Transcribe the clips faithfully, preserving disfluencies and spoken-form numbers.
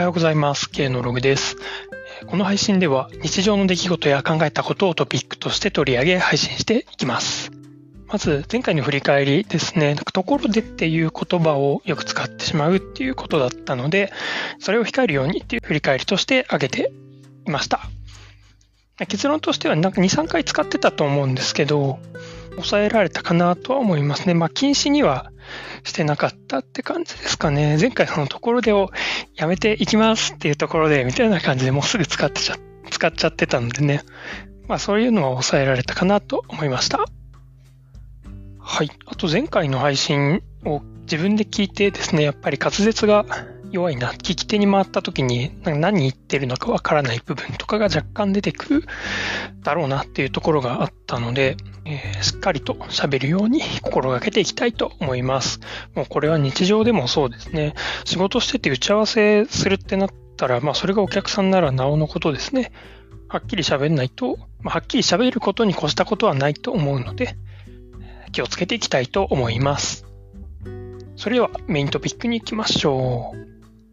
ようございます。K のログです。この配信では日常の出来事や考えたことをトピックとして取り上げ配信していきます。まず前回の振り返りですね。なんかところでっていう言葉をよく使ってしまうっていうことだったので、それを控えるようにっていう振り返りとして挙げていました。結論としてはなんかに、さんかい使ってたと思うんですけど、抑えられたかなとは思いますね。まあ禁止にはしてなかったって感じですかね。前回そのところでをやめていきますっていうところでみたいな感じでもうすぐ使ってちゃ使っちゃってたのでね。まあそういうのは抑えられたかなと思いました。はい。あと前回の配信を自分で聞いてですね、やっぱり滑舌が弱いな、聞き手に回った時に何言ってるのかわからない部分とかが若干出てくるだろうなっていうところがあったので、えー、しっかりと喋るように心がけていきたいと思います。もうこれは日常でもそうですね。仕事してて打ち合わせするってなったら、まあそれがお客さんならなおのことですね。はっきり喋んないと、まあ、はっきり喋ることに越したことはないと思うので、気をつけていきたいと思います。それではメイントピックに行きましょう。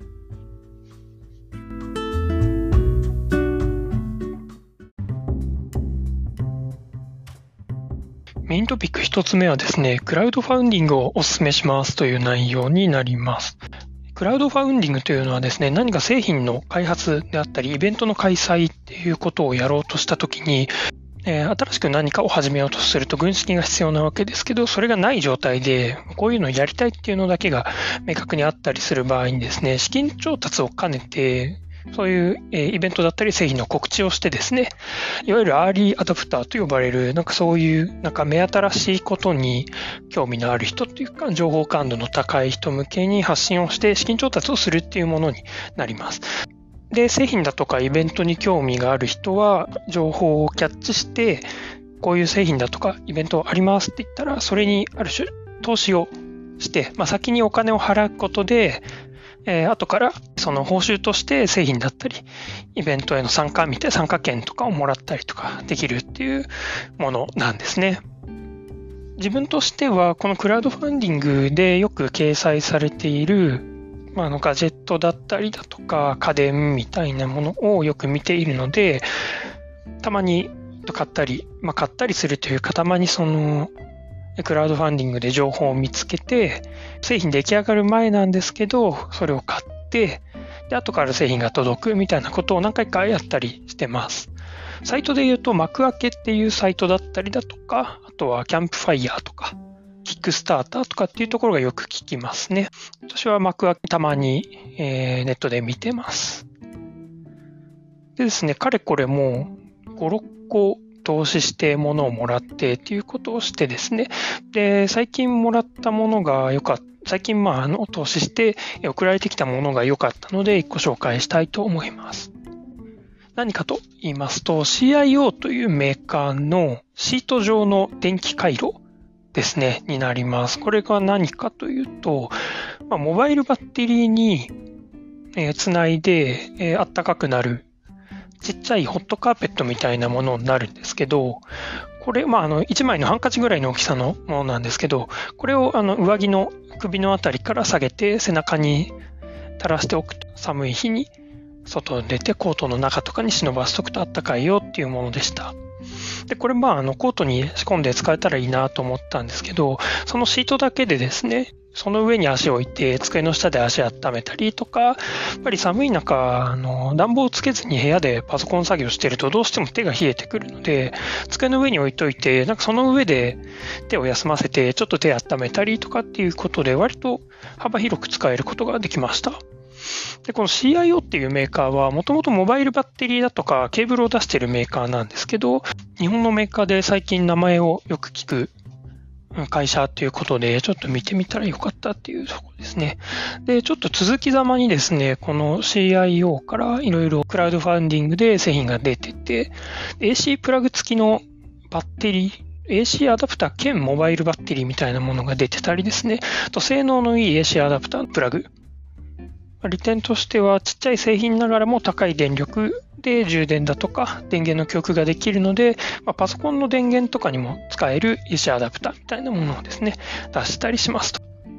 メイントピック一つ目はですね、クラウドファウンディングをお勧めしますという内容になります。クラウドファウンディングというのはですね、何か製品の開発であったり、イベントの開催っていうことをやろうとしたときに、えー、新しく何かを始めようとすると軍資金が必要なわけですけど、それがない状態で、こういうのをやりたいっていうのだけが明確にあったりする場合にですね、資金調達を兼ねて、そういうイベントだったり製品の告知をしてですね、いわゆるアーリーアダプターと呼ばれる、なんかそういうなんか目新しいことに興味のある人というか、情報感度の高い人向けに発信をして資金調達をするっていうものになります。で、製品だとかイベントに興味がある人は情報をキャッチして、こういう製品だとかイベントありますって言ったら、それにある種投資をして、まあ、先にお金を払うことで、えー、後からその報酬として製品だったり、イベントへの参加見て参加券とかをもらったりとかできるっていうものなんですね。自分としてはこのクラウドファンディングでよく掲載されている、まあ、あのガジェットだったりだとか家電みたいなものをよく見ているので、たまに買ったり、まあ、買ったりするというか、たまにそのクラウドファンディングで情報を見つけて、製品出来上がる前なんですけど、それを買って、で、後から製品が届くみたいなことを何回かやったりしてます。サイトで言うと、幕開けっていうサイトだったりだとか、あとはキャンプファイヤーとか、キックスターターとかっていうところがよく聞きますね。私は幕開けたまに、えー、ネットで見てます。でですね、かれこれもうご、ろっこ投資して物をもらってっていうことをしてですね。で、最近もらったものが良かった。最近まあ、あの、投資して送られてきたものが良かったので、一個紹介したいと思います。何かと言いますと、シーアイオー というメーカーのシート状の電気回路ですね、になります。これが何かというと、まあ、モバイルバッテリーに、えー、つないで、えー、暖かくなるちっちゃいホットカーペットみたいなものになるんですけど、これ、まあ、あの、いちまいのハンカチぐらいの大きさのものなんですけど、これをあの上着の首のあたりから下げて背中に垂らしておくと、寒い日に外に出てコートの中とかに忍ばせておくと暖かいよっていうものでした。で、これまあ、あの、コートに仕込んで使えたらいいなと思ったんですけど、そのシートだけでですね、その上に足を置いて机の下で足温めたりとか、やっぱり寒い中、あの、暖房をつけずに部屋でパソコン作業してるとどうしても手が冷えてくるので、机の上に置いといて、なんかその上で手を休ませてちょっと手温めたりとかっていうことで割と幅広く使えることができました。で、この シーアイオー っていうメーカーはもともとモバイルバッテリーだとかケーブルを出しているメーカーなんですけど、日本のメーカーで最近名前をよく聞く会社ということで、ちょっと見てみたらよかったっていうところですね。で、ちょっと続きざまにですね、この シーアイオー からいろいろクラウドファンディングで製品が出てて、エーシー プラグ付きのバッテリー、エーシー アダプター兼モバイルバッテリーみたいなものが出てたりですね、あと性能のいい エーシー アダプターのプラグ。利点としてはちっちゃい製品ながらも高い電力で充電だとか電源の供給ができるので、まあ、パソコンの電源とかにも使える エーシー アダプターみたいなものをですね、出したりしますと。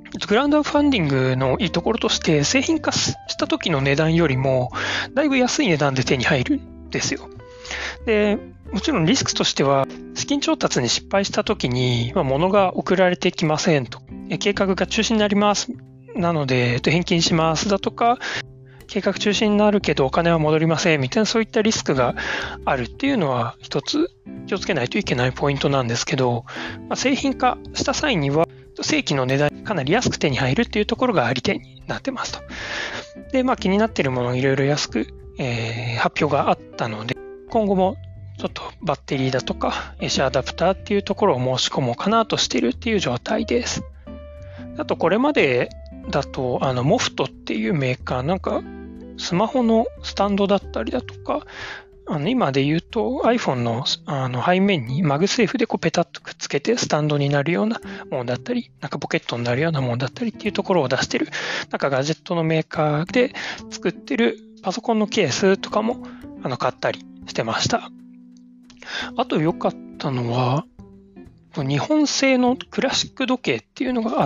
クラウドファンディングのいいところとして、製品化した時の値段よりも、だいぶ安い値段で手に入るんですよ。で、もちろんリスクとしては、資金調達に失敗した時に、まあ、物が送られてきませんと、計画が中止になります。なので、返金しますだとか、計画中止になるけどお金は戻りませんみたいな、そういったリスクがあるっていうのは一つ気をつけないといけないポイントなんですけど、まあ、製品化した際には正規の値段かなり安く手に入るっていうところがあり点になってますと。で、まあ気になっているものをいろいろ安く、えー、発表があったので、今後もちょっとバッテリーだとか エーシー アダプターっていうところを申し込もうかなとしているっていう状態です。あとこれまでだとあのモフトっていうメーカー、なんかスマホのスタンドだったりだとか、あの今で言うと iPhone の, あの背面にマグセーフでこうペタッとくっつけてスタンドになるようなものだったり、なんかポケットになるようなものだったりっていうところを出してる、なんかガジェットのメーカーで作ってるパソコンのケースとかもあの買ったりしてました。あと良かったのは、日本製のクラシック時計っていうのがあって、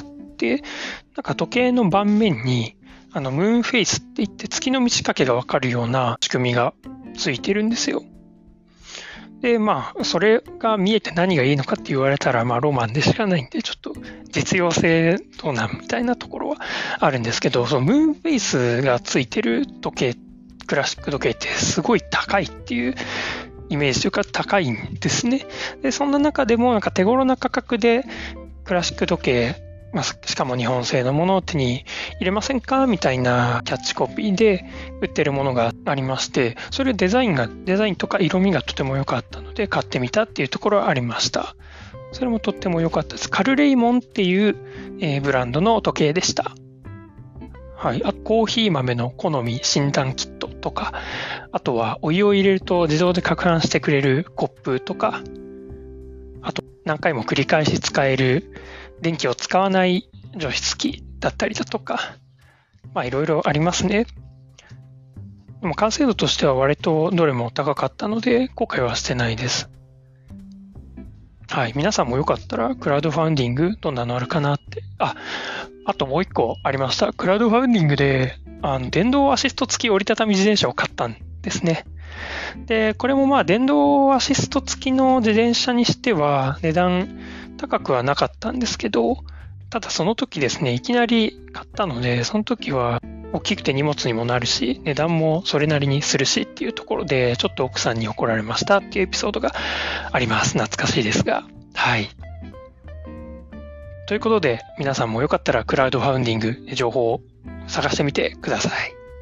なんか時計の盤面にあのムーンフェイスって言って月の満ち欠けがわかるような仕組みがついてるんですよ。で、まあ、それが見えて何がいいのかって言われたら、まあ、ロマンでしかないんで、ちょっと実用性どうなんみたいなところはあるんですけど、そのムーンフェイスがついてる時計、クラシック時計ってすごい高いっていうイメージというか高いんですね。で、そんな中でもなんか手頃な価格でクラシック時計、まあ、しかも日本製のものを手に入れませんかみたいなキャッチコピーで売ってるものがありまして、それデザインが、デザインとか色味がとても良かったので買ってみたっていうところはありました。それもとっても良かったです。カルレイモンっていう、えー、ブランドの時計でした。はい。あ、コーヒー豆の好み診断キットとか、あとはお湯を入れると自動で攪拌してくれるコップとか、あと何回も繰り返し使える電気を使わない除湿機だったりだとか、まあいろいろありますね。でも完成度としては割とどれも高かったので後悔はしてないです。はい。皆さんもよかったらクラウドファンディングどんなのあるかなって。あ、あともう一個ありました。クラウドファンディングであの電動アシスト付き折りたたみ自転車を買ったんですね。で、これもまあ電動アシスト付きの自転車にしては値段高くはなかったんですけど、ただその時ですね、いきなり買ったので、その時は大きくて荷物にもなるし、値段もそれなりにするしっていうところで、ちょっと奥さんに怒られましたっていうエピソードがあります。懐かしいですが。はい。ということで、皆さんもよかったらクラウドファウンディング情報を探してみてください。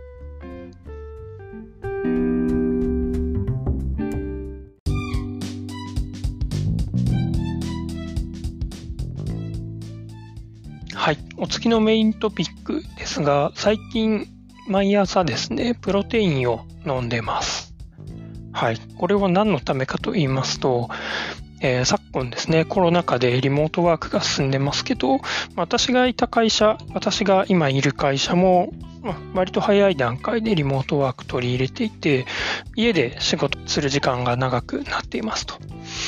はい。お次のメイントピックですが、最近毎朝ですね、プロテインを飲んでます。はい。これは何のためかと言いますと、えー、昨今ですね、コロナ禍でリモートワークが進んでますけど、私がいた会社、私が今いる会社も、まあ、割と早い段階でリモートワーク取り入れていて、家で仕事する時間が長くなっていますと。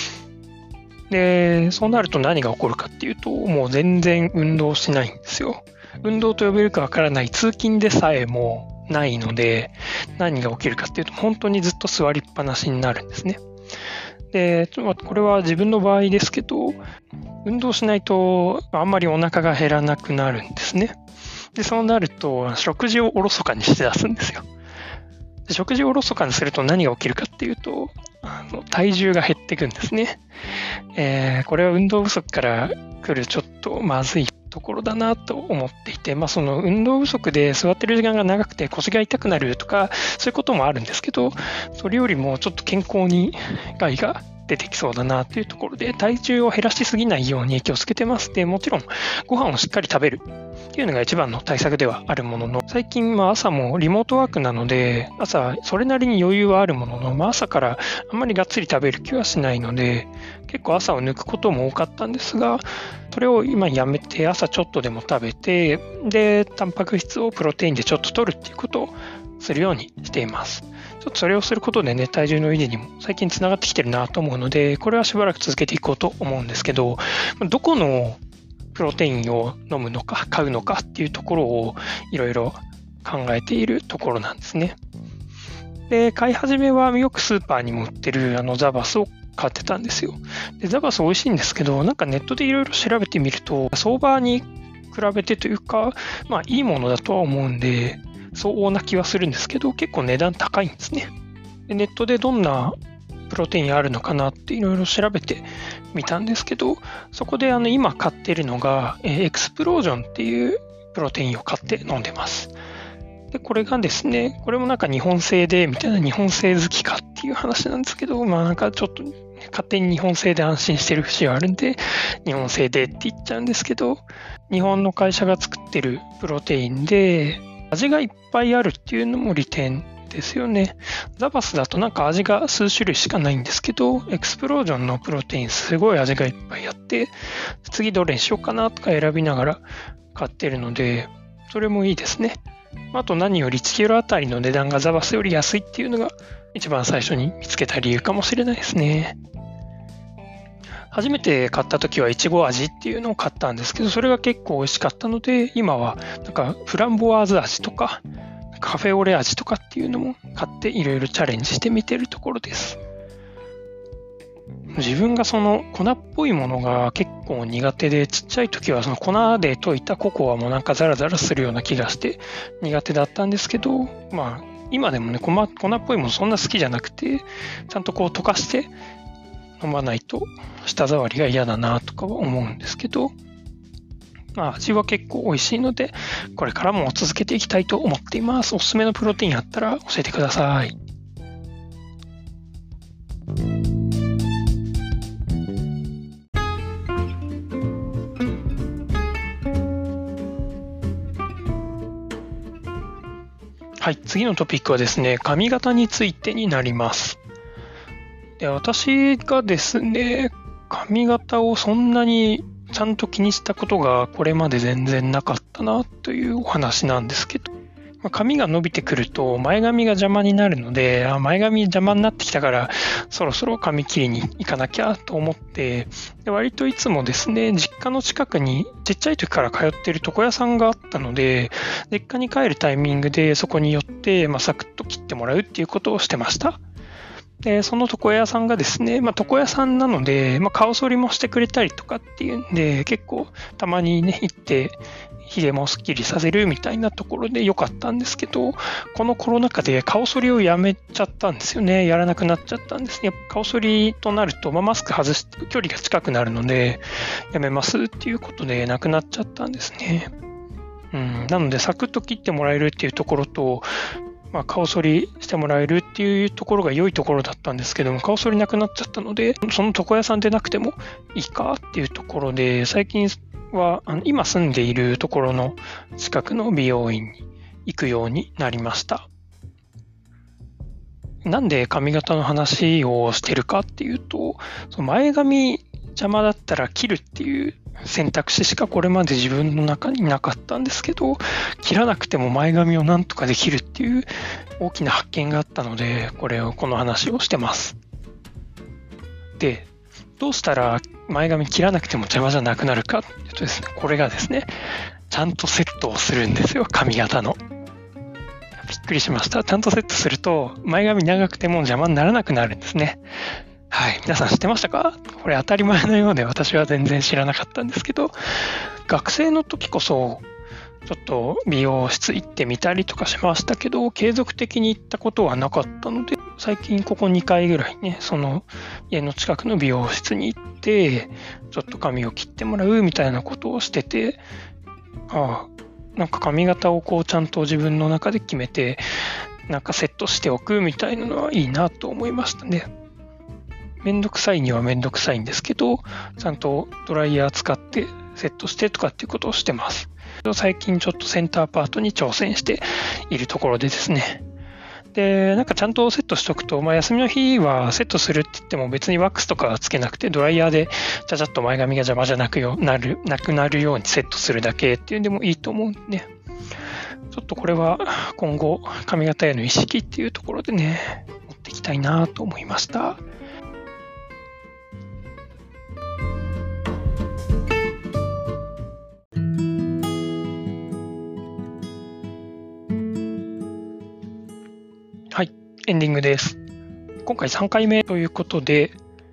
で、そうなると何が起こるかっていうと、もう全然運動しないんですよ。運動と呼べるかわからない通勤でさえもないので、何が起きるかっていうと、本当にずっと座りっぱなしになるんですね。で、これは自分の場合ですけど、運動しないとあんまりお腹が減らなくなるんですね。で、そうなると食事をおろそかにして出すんですよ。で、食事をおろそかにすると何が起きるかっていうと、あの体重が減っていくんですね。えー、これは運動不足から来るちょっとまずいところだなと思っていて、まあその運動不足で座ってる時間が長くて腰が痛くなるとかそういうこともあるんですけど、それよりもちょっと健康に害が出てきそうだなというところで、体重を減らしすぎないように気をつけてます。で、もちろんご飯をしっかり食べるっていうのが一番の対策ではあるものの、最近まあ朝もリモートワークなので、朝それなりに余裕はあるものの、まあ朝からあんまりがっつり食べる気はしないので、結構朝を抜くことも多かったんですが、それを今やめて朝ちょっとでも食べて、で、タンパク質をプロテインでちょっと取るっていうことをするようにしています。ちょっとそれをすることでね、体重の維持にも最近つながってきてるなと思うので、これはしばらく続けていこうと思うんですけど、どこのプロテインを飲むのか買うのかっていうところをいろいろ考えているところなんですね。で、買い始めはよくスーパーにも売ってるあのザバスを買ってたんですよ。で、ザバス美味しいんですけど、なんかネットでいろいろ調べてみると、相場に比べてというか、まあいいものだとは思うんで、相応な気はするんですけど、結構値段高いんですね。で、ネットでどんなプロテインあるのかなっていろいろ調べてみたんですけど、そこであの今買っているのが、えーエクスプロージョンっていうプロテインを買って飲んでます。で、これがですね、これもなんか日本製で、みたいな日本製好きかっていう話なんですけど、まあなんかちょっと勝手に日本製で安心してる節はあるんで、日本製でって言っちゃうんですけど、日本の会社が作ってるプロテインで、味がいっぱいあるっていうのも利点ですよね。ザバスだとなんか味が数種類しかないんですけど、エクスプロージョンのプロテインすごい味がいっぱいあって、次どれにしようかなとか選びながら買ってるので、それもいいですね。あと何よりいちキロあたりの値段がザバスより安いっていうのが一番最初に見つけた理由かもしれないですね。初めて買った時はいちご味っていうのを買ったんですけど、それが結構美味しかったので、今はなんかフランボワーズ味とかカフェオレ味とかっていうのも買っていろいろチャレンジしてみてるところです。自分がその粉っぽいものが結構苦手で、ちっちゃい時はその粉で溶いたココアもなんかザラザラするような気がして苦手だったんですけど、まあ今でもね、粉っぽいものそんな好きじゃなくて、ちゃんとこう溶かして飲まないと舌触りが嫌だなとかは思うんですけど、まあ味は結構美味しいので、これからも続けていきたいと思っています。おすすめのプロテインあったら教えてください。はい、次のトピックはですね、髪型についてになります。で、私がですね、髪型をそんなにちゃんと気にしたことがこれまで全然なかったなというお話なんですけど、髪が伸びてくると前髪が邪魔になるので、あ、前髪邪魔になってきたからそろそろ髪切りに行かなきゃと思って、で割といつもですね、実家の近くにちっちゃい時から通っている床屋さんがあったので、実家に帰るタイミングでそこに寄って、まあ、サクッと切ってもらうっていうことをしてました。で、その床屋さんがですね、まあ、床屋さんなので、まあ、顔剃りもしてくれたりとかっていうんで、結構たまにね、行って、ヒゲもスッキリさせるみたいなところで良かったんですけど、このコロナ禍で顔剃りをやめちゃったんですよね。やらなくなっちゃったんですね。顔剃りとなると、まあ、マスク外して距離が近くなるので、やめますっていうことでなくなっちゃったんですね。うん、なので、サクッと切ってもらえるっていうところと、まあ、顔剃りしてもらえるっていうところが良いところだったんですけども、顔剃りなくなっちゃったので、その床屋さんでなくてもいいかっていうところで、最近はあの今住んでいるところの近くの美容院に行くようになりました。なんで髪型の話をしてるかっていうと、その前髪邪魔だったら切るっていう選択肢しかこれまで自分の中になかったんですけど、切らなくても前髪をなんとかできるっていう大きな発見があったので、これをこの話をしてます。で、どうしたら前髪切らなくても邪魔じゃなくなるかっていうとですね、これがですね、ちゃんとセットをするんですよ、髪型の。びっくりしました。ちゃんとセットすると前髪長くても邪魔にならなくなるんですね。はい。皆さん知ってましたか？これ当たり前のようで私は全然知らなかったんですけど、学生の時こそちょっと美容室行ってみたりとかしましたけど、継続的に行ったことはなかったので、最近ここにかいぐらいね、その家の近くの美容室に行って、ちょっと髪を切ってもらうみたいなことをしてて、ああ、なんか髪型をこうちゃんと自分の中で決めて、なんかセットしておくみたいなのはいいなと思いましたね。めんどくさいにはめんどくさいんですけど、ちゃんとドライヤー使ってセットしてとかっていうことをしてます。最近ちょっとセンターパートに挑戦しているところでですね。で、なんかちゃんとセットしとくと、まあ休みの日はセットするって言っても別にワックスとかはつけなくて、ドライヤーでちゃちゃっと前髪が邪魔じゃなくよなるなくなるようにセットするだけっていうのでもいいと思うんでね。ちょっとこれは今後髪型への意識っていうところでね、持っていきたいなと思いました。 エンディングです。今回さんかいめということで、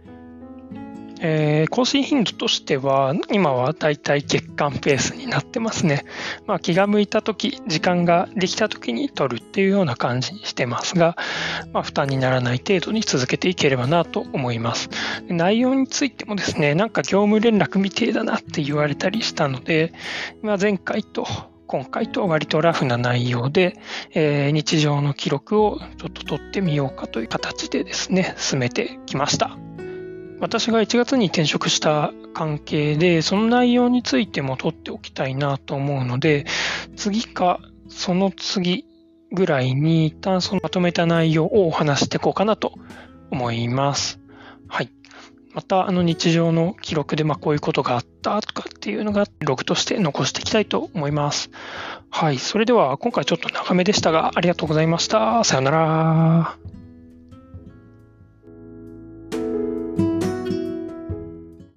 えー、更新頻度としては、今はだいたい月間ペースになってますね。まあ、気が向いたとき、時間ができたときに撮るっていうような感じにしてますが、まあ、負担にならない程度に続けていければなと思います。内容についてもですね、なんか業務連絡みてえだなって言われたりしたので、まあ、前回と今回と割とラフな内容で、えー、日常の記録をちょっと撮ってみようかという形でですね、進めてきました。私がいちがつに転職した関係で、その内容についても取っておきたいなと思うので、次かその次ぐらいに一旦そのまとめた内容をお話していこうかなと思います。はい。また、あの日常の記録で、まあこういうことがあったとかっていうのがログとして残していきたいと思います。はい。それでは今回ちょっと長めでしたが、ありがとうございました。さよなら。